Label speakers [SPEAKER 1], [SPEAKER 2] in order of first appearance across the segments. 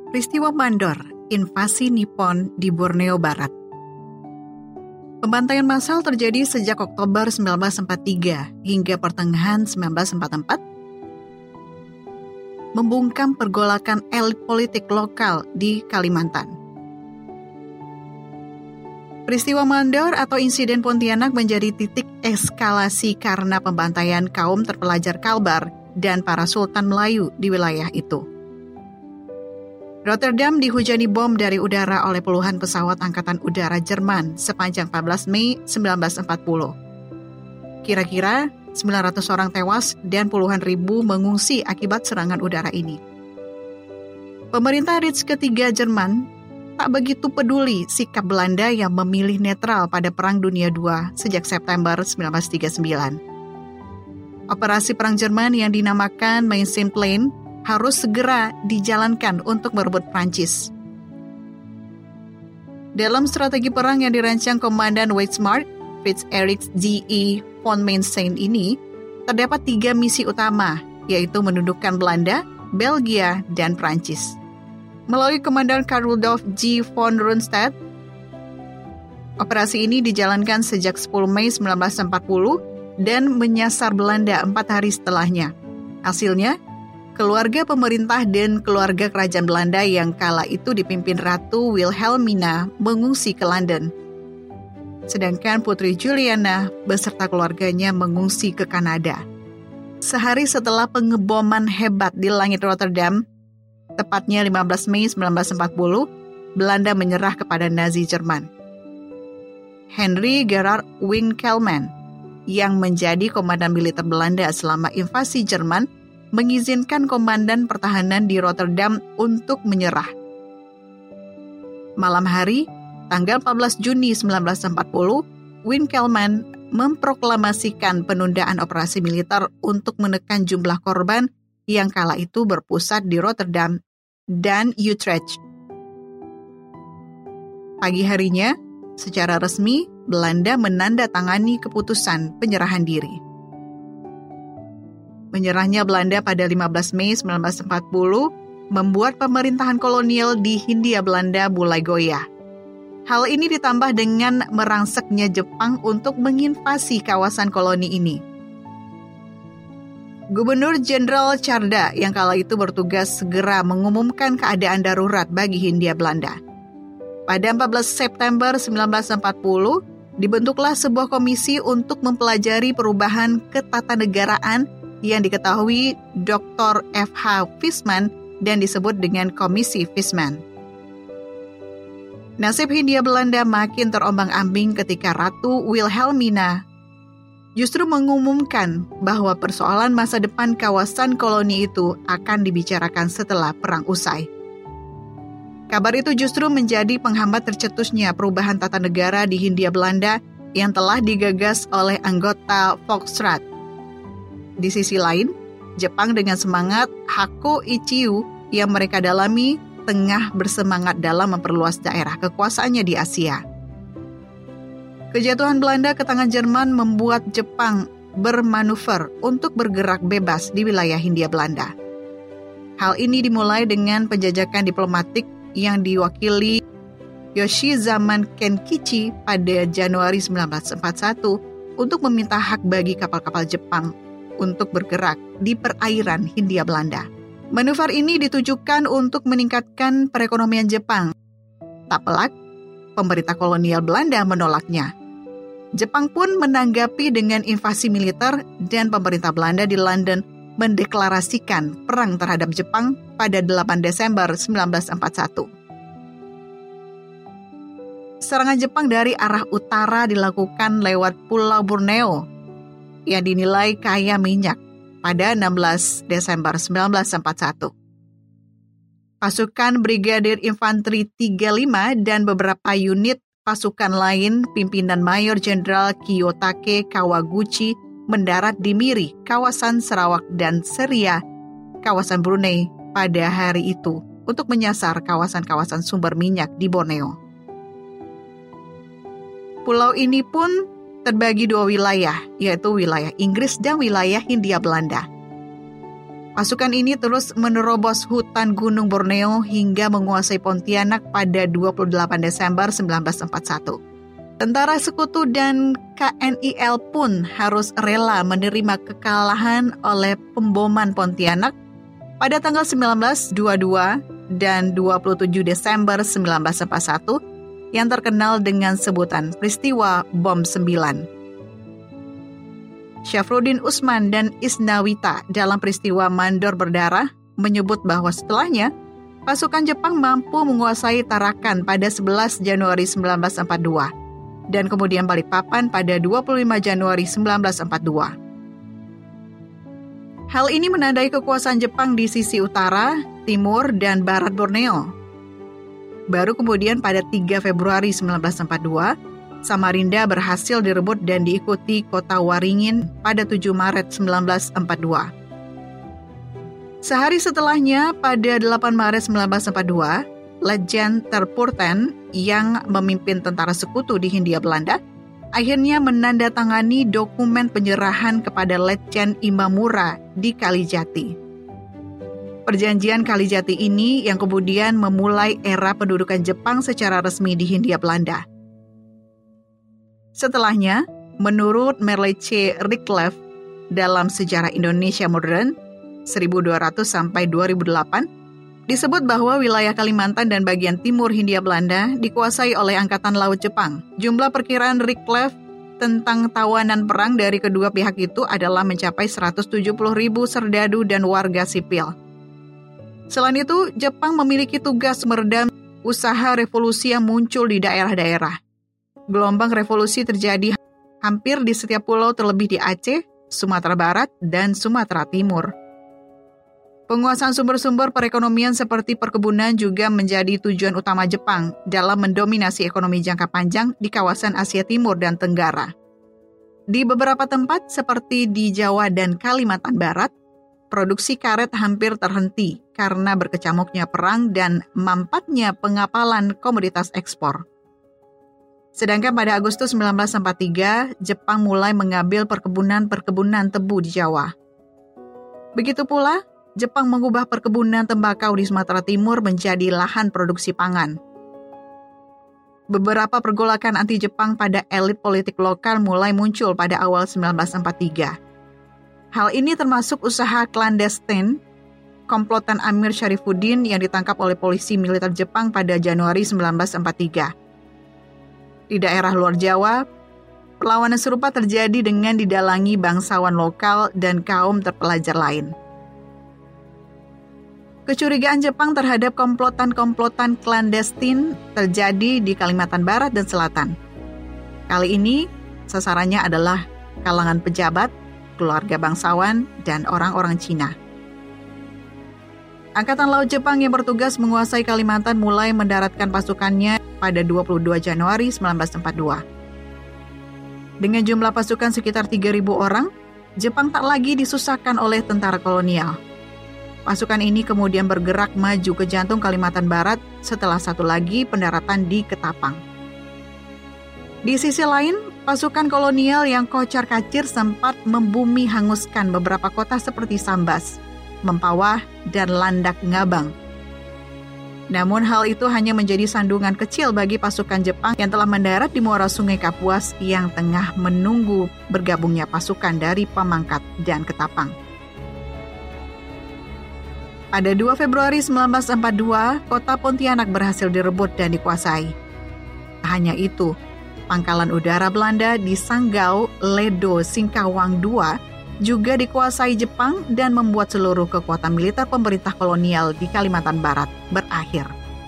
[SPEAKER 1] Peristiwa Mandor, invasi Nippon di Borneo Barat. Pembantaian massal terjadi sejak Oktober 1943 hingga pertengahan 1944, membungkam pergolakan elit politik lokal di Kalimantan. Peristiwa Mandor atau insiden Pontianak menjadi titik eskalasi karena pembantaian kaum terpelajar Kalbar dan para Sultan Melayu di wilayah itu. Rotterdam dihujani bom dari udara oleh puluhan pesawat Angkatan Udara Jerman sepanjang 14 Mei 1940. Kira-kira 900 orang tewas dan puluhan ribu mengungsi akibat serangan udara ini. Pemerintah Reich ketiga Jerman tak begitu peduli sikap Belanda yang memilih netral pada Perang Dunia II sejak September 1939. Operasi Perang Jerman yang dinamakan Main Plain harus segera dijalankan untuk merebut Prancis. Dalam strategi perang yang dirancang Komandan Weizmark, Fritz Erich G.E. von Manstein ini, terdapat 3 misi utama, yaitu menundukkan Belanda, Belgia, dan Prancis. Melalui Komandan Karl Rudolf G. von Rundstedt, operasi ini dijalankan sejak 10 Mei 1940 dan menyasar Belanda 4 hari setelahnya. Hasilnya, keluarga pemerintah dan keluarga kerajaan Belanda yang kala itu dipimpin Ratu Wilhelmina mengungsi ke London. Sedangkan Putri Juliana beserta keluarganya mengungsi ke Kanada. Sehari setelah pengeboman hebat di langit Rotterdam, tepatnya 15 Mei 1940, Belanda menyerah kepada Nazi Jerman. Henry Gerard Winkelmann, yang menjadi komandan militer Belanda selama invasi Jerman, mengizinkan komandan pertahanan di Rotterdam untuk menyerah. Malam hari, tanggal 14 Juni 1940, Winkelmann memproklamasikan penundaan operasi militer untuk menekan jumlah korban yang kala itu berpusat di Rotterdam dan Utrecht. Pagi harinya, secara resmi, Belanda menandatangani keputusan penyerahan diri. Menyerahnya Belanda pada 15 Mei 1940 membuat pemerintahan kolonial di Hindia Belanda mulai goyah. Hal ini ditambah dengan merangseknya Jepang untuk menginvasi kawasan koloni ini. Gubernur Jenderal Tjarda yang kala itu bertugas segera mengumumkan keadaan darurat bagi Hindia Belanda. Pada 14 September 1940, dibentuklah sebuah komisi untuk mempelajari perubahan ketatanegaraan yang diketahui Dr. F.H. Visman dan disebut dengan Komisi Visman. Nasib Hindia Belanda makin terombang-ambing ketika Ratu Wilhelmina justru mengumumkan bahwa persoalan masa depan kawasan koloni itu akan dibicarakan setelah perang usai. Kabar itu justru menjadi penghambat tercetusnya perubahan tata negara di Hindia Belanda yang telah digagas oleh anggota Volksraad. Di sisi lain, Jepang dengan semangat Hakko Ichiu yang mereka dalami tengah bersemangat dalam memperluas daerah kekuasaannya di Asia. Kejatuhan Belanda ke tangan Jerman membuat Jepang bermanuver untuk bergerak bebas di wilayah Hindia Belanda. Hal ini dimulai dengan penjajakan diplomatik yang diwakili Yoshizaman Kenkichi pada Januari 1941 untuk meminta hak bagi kapal-kapal Jepang untuk bergerak di perairan Hindia Belanda. Manuver ini ditujukan untuk meningkatkan perekonomian Jepang. Tak pelak, pemerintah kolonial Belanda menolaknya. Jepang pun menanggapi dengan invasi militer dan pemerintah Belanda di London mendeklarasikan perang terhadap Jepang pada 8 Desember 1941. Serangan Jepang dari arah utara dilakukan lewat Pulau Borneo yang dinilai kaya minyak pada 16 Desember 1941. Pasukan Brigadir Infanteri 35 dan beberapa unit pasukan lain pimpinan Mayor Jenderal Kiyotake Kawaguchi mendarat di Miri, kawasan Sarawak dan Seria, kawasan Brunei pada hari itu untuk menyasar kawasan-kawasan sumber minyak di Borneo. Pulau ini pun terbagi 2 wilayah, yaitu wilayah Inggris dan wilayah Hindia Belanda. Pasukan ini terus menerobos hutan Gunung Borneo hingga menguasai Pontianak pada 28 Desember 1941. Tentara Sekutu dan KNIL pun harus rela menerima kekalahan oleh pemboman Pontianak pada tanggal 19, 22, dan 27 Desember 1941 yang terkenal dengan sebutan peristiwa Bom 9. Syafruddin Utsman dan Isnawita dalam peristiwa Mandor Berdarah menyebut bahwa setelahnya, pasukan Jepang mampu menguasai Tarakan pada 11 Januari 1942 dan kemudian Balikpapan pada 25 Januari 1942. Hal ini menandai kekuasaan Jepang di sisi utara, timur, dan barat Borneo. Baru kemudian pada 3 Februari 1942, Samarinda berhasil direbut dan diikuti kota Waringin pada 7 Maret 1942. Sehari setelahnya, pada 8 Maret 1942, Letjen Terpurten yang memimpin tentara sekutu di Hindia Belanda akhirnya menandatangani dokumen penyerahan kepada Letjen Imamura di Kalijati. Perjanjian Kalijati ini yang kemudian memulai era pendudukan Jepang secara resmi di Hindia Belanda. Setelahnya, menurut Merle C. Rickleffe dalam Sejarah Indonesia Modern 1200 sampai 2008, disebut bahwa wilayah Kalimantan dan bagian timur Hindia Belanda dikuasai oleh Angkatan Laut Jepang. Jumlah perkiraan Rickleffe tentang tawanan perang dari kedua pihak itu adalah mencapai 170.000 serdadu dan warga sipil. Selain itu, Jepang memiliki tugas meredam usaha revolusi yang muncul di daerah-daerah. Gelombang revolusi terjadi hampir di setiap pulau terlebih di Aceh, Sumatera Barat, dan Sumatera Timur. Penguasaan sumber-sumber perekonomian seperti perkebunan juga menjadi tujuan utama Jepang dalam mendominasi ekonomi jangka panjang di kawasan Asia Timur dan Tenggara. Di beberapa tempat seperti di Jawa dan Kalimantan Barat, produksi karet hampir terhenti karena berkecamuknya perang dan mampatnya pengapalan komoditas ekspor. Sedangkan pada Agustus 1943, Jepang mulai mengambil perkebunan tebu di Jawa. Begitu pula, Jepang mengubah perkebunan tembakau di Sumatera Timur menjadi lahan produksi pangan. Beberapa pergolakan anti-Jepang pada elit politik lokal mulai muncul pada awal 1943. Hal ini termasuk usaha klandestin, komplotan Amir Syarifuddin yang ditangkap oleh polisi militer Jepang pada Januari 1943. Di daerah luar Jawa, perlawanan serupa terjadi dengan didalangi bangsawan lokal dan kaum terpelajar lain. Kecurigaan Jepang terhadap komplotan-komplotan klandestin terjadi di Kalimantan Barat dan Selatan. Kali ini, sasarannya adalah kalangan pejabat, keluarga bangsawan, dan orang-orang Cina. Angkatan Laut Jepang yang bertugas menguasai Kalimantan mulai mendaratkan pasukannya pada 22 Januari 1942. Dengan jumlah pasukan sekitar 3.000 orang, Jepang tak lagi disusahkan oleh tentara kolonial. Pasukan ini kemudian bergerak maju ke jantung Kalimantan Barat setelah satu lagi pendaratan di Ketapang. Di sisi lain, pasukan kolonial yang kocar-kacir sempat membumi hanguskan beberapa kota seperti Sambas, Mempawah, dan Landak Ngabang. Namun hal itu hanya menjadi sandungan kecil bagi pasukan Jepang yang telah mendarat di muara Sungai Kapuas yang tengah menunggu bergabungnya pasukan dari Pamangkat dan Ketapang. Pada 2 Februari 1942, kota Pontianak berhasil direbut dan dikuasai. Hanya itu, pangkalan udara Belanda di Sanggau, Ledo, Singkawang II juga dikuasai Jepang dan membuat seluruh kekuatan militer pemerintah kolonial di Kalimantan Barat berakhir.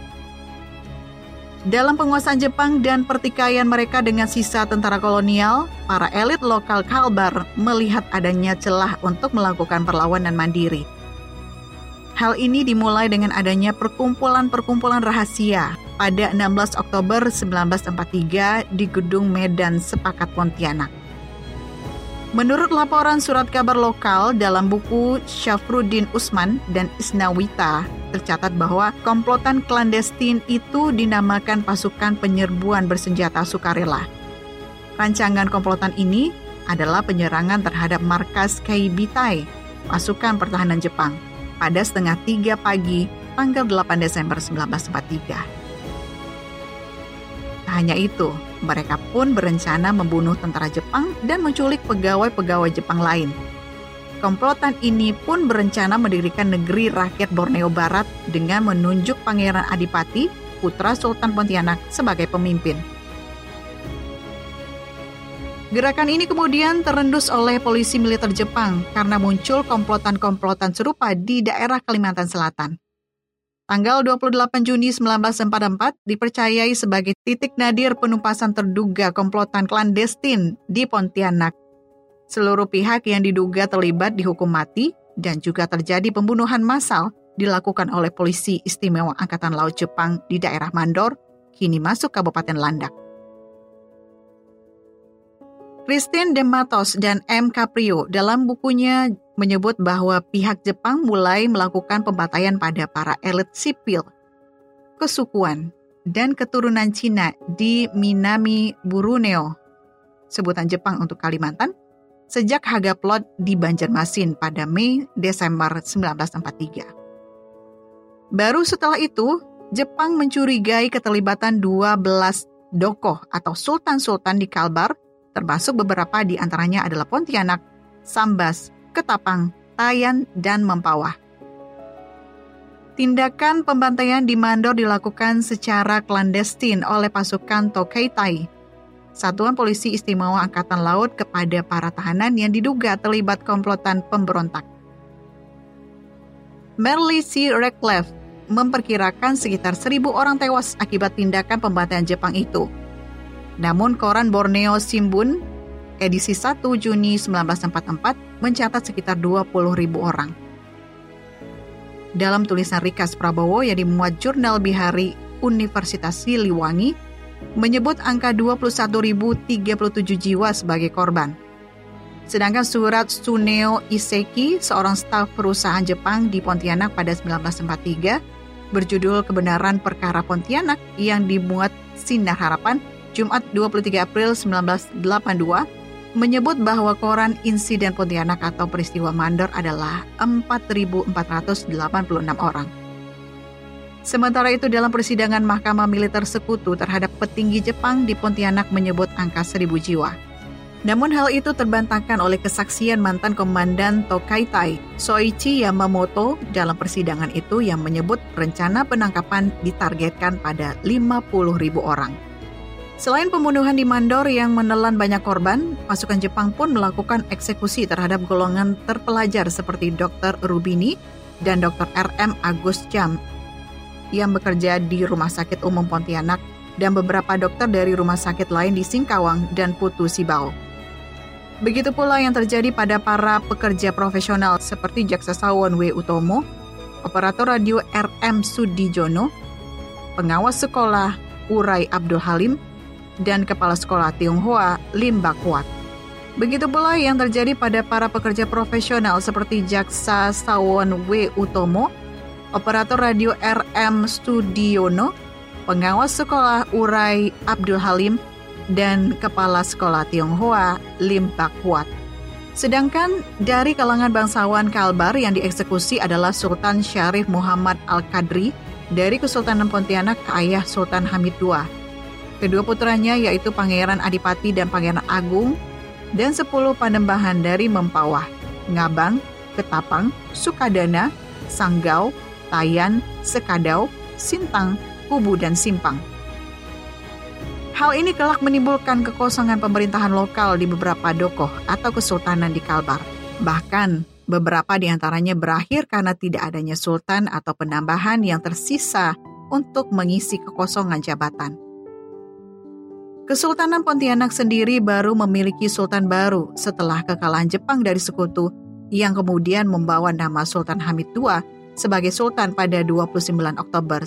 [SPEAKER 1] Dalam penguasaan Jepang dan pertikaian mereka dengan sisa tentara kolonial, para elit lokal Kalbar melihat adanya celah untuk melakukan perlawanan mandiri. Hal ini dimulai dengan adanya perkumpulan-perkumpulan rahasia pada 16 Oktober 1943 di Gedung Medan Sepakat Pontianak. Menurut laporan surat kabar lokal dalam buku Syafruddin Utsman dan Isnawita, tercatat bahwa komplotan klandestin itu dinamakan pasukan penyerbuan bersenjata sukarela. Rancangan komplotan ini adalah penyerangan terhadap markas Keibitai pasukan pertahanan Jepang pada setengah 3 pagi tanggal 8 Desember 1943. Tak hanya itu, mereka pun berencana membunuh tentara Jepang dan menculik pegawai-pegawai Jepang lain. Komplotan ini pun berencana mendirikan negeri rakyat Borneo Barat dengan menunjuk Pangeran Adipati, putra Sultan Pontianak, sebagai pemimpin. Gerakan ini kemudian terendus oleh polisi militer Jepang karena muncul komplotan-komplotan serupa di daerah Kalimantan Selatan. Tanggal 28 Juni 1944 dipercayai sebagai titik nadir penumpasan terduga komplotan klandestin di Pontianak. Seluruh pihak yang diduga terlibat dihukum mati dan juga terjadi pembunuhan massal dilakukan oleh polisi istimewa Angkatan Laut Jepang di daerah Mandor, kini masuk Kabupaten Landak. Christine de Matos dan M. Caprio dalam bukunya menyebut bahwa pihak Jepang mulai melakukan pembantaian pada para elit sipil, kesukuan, dan keturunan Cina di Minami Borneo, sebutan Jepang untuk Kalimantan, sejak Hagaplot di Banjarmasin pada Mei-Desember 1943. Baru setelah itu, Jepang mencurigai keterlibatan 12 dokoh atau sultan-sultan di Kalbar, termasuk beberapa di antaranya adalah Pontianak, Sambas, Ketapang, Tayan, dan Mempawah. Tindakan pembantaian di Mandor dilakukan secara klandestin oleh pasukan Tokaitai, Satuan Polisi Istimewa Angkatan Laut, kepada para tahanan yang diduga terlibat komplotan pemberontak. Merle C. Radcliffe memperkirakan sekitar 1.000 orang tewas akibat tindakan pembantaian Jepang itu. Namun koran Borneo Shimbun edisi 1 Juni 1944 mencatat sekitar 20.000 orang. Dalam tulisan Rikas Prabowo yang dimuat jurnal Bihari Universitas Siliwangi, menyebut angka 21.037 jiwa sebagai korban. Sedangkan surat Tsuneo Iseki, seorang staf perusahaan Jepang di Pontianak pada 1943, berjudul Kebenaran Perkara Pontianak yang dimuat Sinar Harapan, Jumat 23 April 1982, menyebut bahwa koran insiden Pontianak atau peristiwa Mandor adalah 4.486 orang. Sementara itu dalam persidangan Mahkamah Militer Sekutu terhadap petinggi Jepang di Pontianak menyebut angka 1.000 jiwa. Namun hal itu terbantahkan oleh kesaksian mantan Komandan Tokaitai, Soichi Yamamoto, dalam persidangan itu yang menyebut rencana penangkapan ditargetkan pada 50.000 orang. Selain pembunuhan di Mandor yang menelan banyak korban, pasukan Jepang pun melakukan eksekusi terhadap golongan terpelajar seperti Dr. Rubini dan Dr. R.M. Agus Jam yang bekerja di Rumah Sakit Umum Pontianak dan beberapa dokter dari rumah sakit lain di Singkawang dan Putu Sibau. Begitu pula yang terjadi pada para pekerja profesional seperti Jaksa Sawon W. Utomo, operator radio R.M. Sudijono, pengawas sekolah Urai Abdul Halim, dan kepala sekolah Tionghoa Lim Bakwat. Begitu pula yang terjadi pada para pekerja profesional seperti Jaksa Sawon W. Utomo, operator radio R.M. Studiono, pengawas sekolah Urai Abdul Halim, dan kepala sekolah Tionghoa Lim Bakwat. Sedangkan dari kalangan bangsawan Kalbar yang dieksekusi adalah Sultan Syarif Muhammad Al-Qadri dari Kesultanan Pontianak, ayah Sultan Hamid II. Kedua putranya yaitu Pangeran Adipati dan Pangeran Agung, dan 10 panembahan dari Mempawah, Ngabang, Ketapang, Sukadana, Sanggau, Tayan, Sekadau, Sintang, Kubu, dan Simpang. Hal ini kelak menimbulkan kekosongan pemerintahan lokal di beberapa dokoh atau kesultanan di Kalbar. Bahkan, beberapa di antaranya berakhir karena tidak adanya sultan atau penambahan yang tersisa untuk mengisi kekosongan jabatan. Kesultanan Pontianak sendiri baru memiliki sultan baru setelah kekalahan Jepang dari Sekutu yang kemudian membawa nama Sultan Hamid II sebagai sultan pada 29 Oktober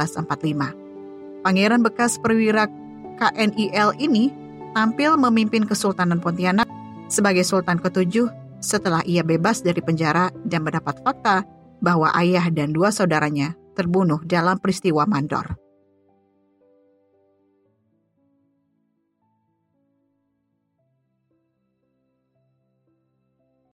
[SPEAKER 1] 1945. Pangeran bekas perwira KNIL ini tampil memimpin Kesultanan Pontianak sebagai sultan ke-7 setelah ia bebas dari penjara dan mendapat fakta bahwa ayah dan 2 saudaranya terbunuh dalam peristiwa Mandor.